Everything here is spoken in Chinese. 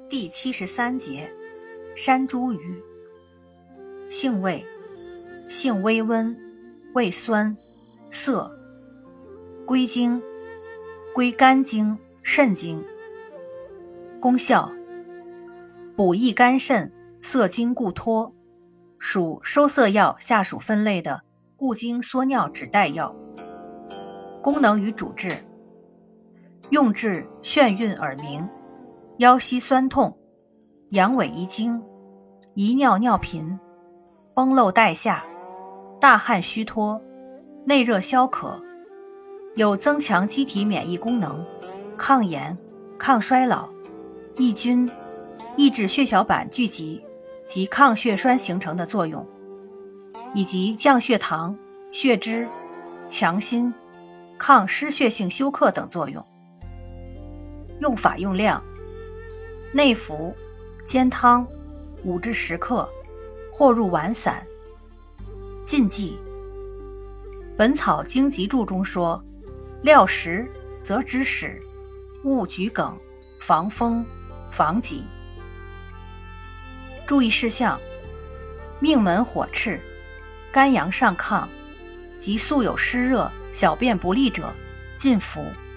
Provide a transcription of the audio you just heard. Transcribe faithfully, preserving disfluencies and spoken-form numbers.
第七十三节山茱萸。性味：性微温，味酸，涩。归经：归肝经、肾经。功效：补益肝肾，涩精固脱，属收涩药下属分类的固精缩尿止带药。功能与主治：用治眩晕耳鸣、腰膝酸痛、阳痿遗精、遗尿尿频、崩漏带下、大汗虚脱、内热消渴，有增强机体免疫功能、抗炎、抗衰老、抑菌、抑制血小板聚集及抗血栓形成的作用，以及降血糖、血脂、强心、抗失血性休克等作用。用法用量：内服，煎汤五至十克，或入丸散。禁忌：本草经集注中说，料实则止屎，勿桔梗，防风，防疾。注意事项：命门火炽、肝阳上亢及素有湿热、小便不利者禁服。